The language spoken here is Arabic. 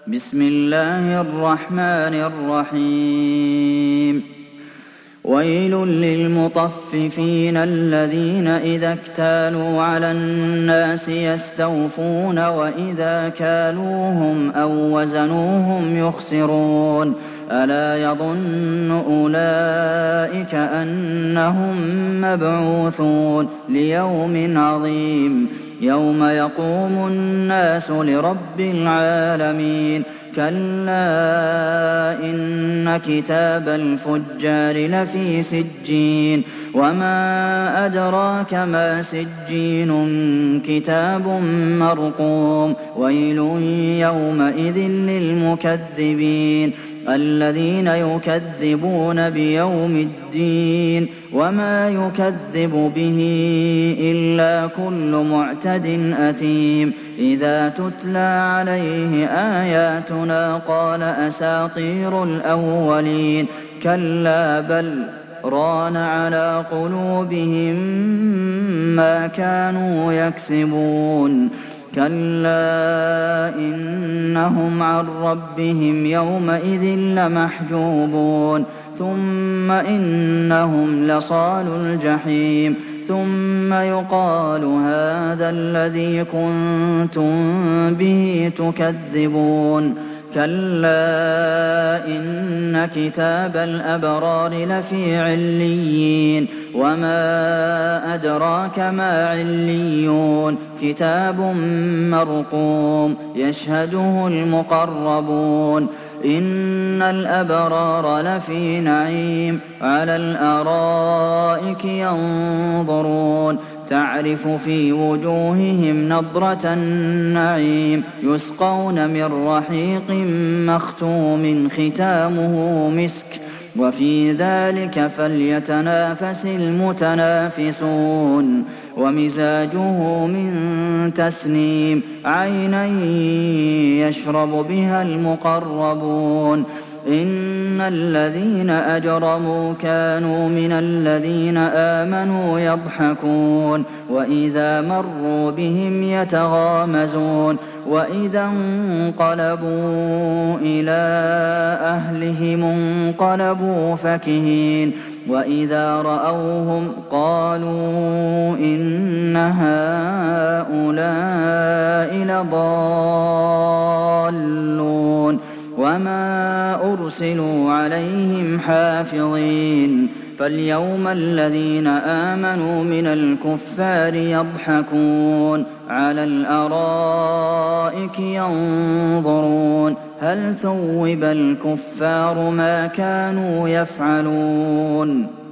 بسم الله الرحمن الرحيم ويل للمطففين الذين إذا اكتالوا على الناس يستوفون وإذا كالوهم أو وزنوهم يخسرون ألا يظن أولئك أنهم مبعوثون ليوم عظيم يوم يقوم الناس لرب العالمين كلا إن كتاب الفجار لفي سجين وما أدراك ما سجين كتاب مرقوم ويل يومئذ للمكذبين الذين يكذبون بيوم الدين وما يكذب به إلا كل معتد أثيم إذا تتلى عليه آياتنا قال أساطير الأولين كلا بل ران على قلوبهم ما كانوا يكسبون كلا إنهم عن ربهم يومئذ لمحجوبون ثم إنهم لصالو الجحيم ثم يقال هذا الذي كنتم به تكذبون كلا إن كتاب الأبرار لفي عليين وما أدراك ما عليون كتاب مرقوم يشهده المقربون إن الأبرار لفي نعيم على الأرائك ينظرون تعرف في وجوههم نضرة النعيم يسقون من رحيق مختوم ختامه مسك وفي ذلك فليتنافس المتنافسون ومزاجه من تسنيم عينا يشرب بها المقربون إن الذين أجرموا كانوا من الذين آمنوا يضحكون وإذا مروا بهم يتغامزون وإذا انقلبوا إلى أهلهم انقلبوا فكهين وإذا رأوهم قالوا إن هؤلاء لضالون وما أرسلوا عليهم حافظين فاليوم الذين آمنوا من الكفار يضحكون على الأرائك ينظرون هل ثوب الكفار ما كانوا يفعلون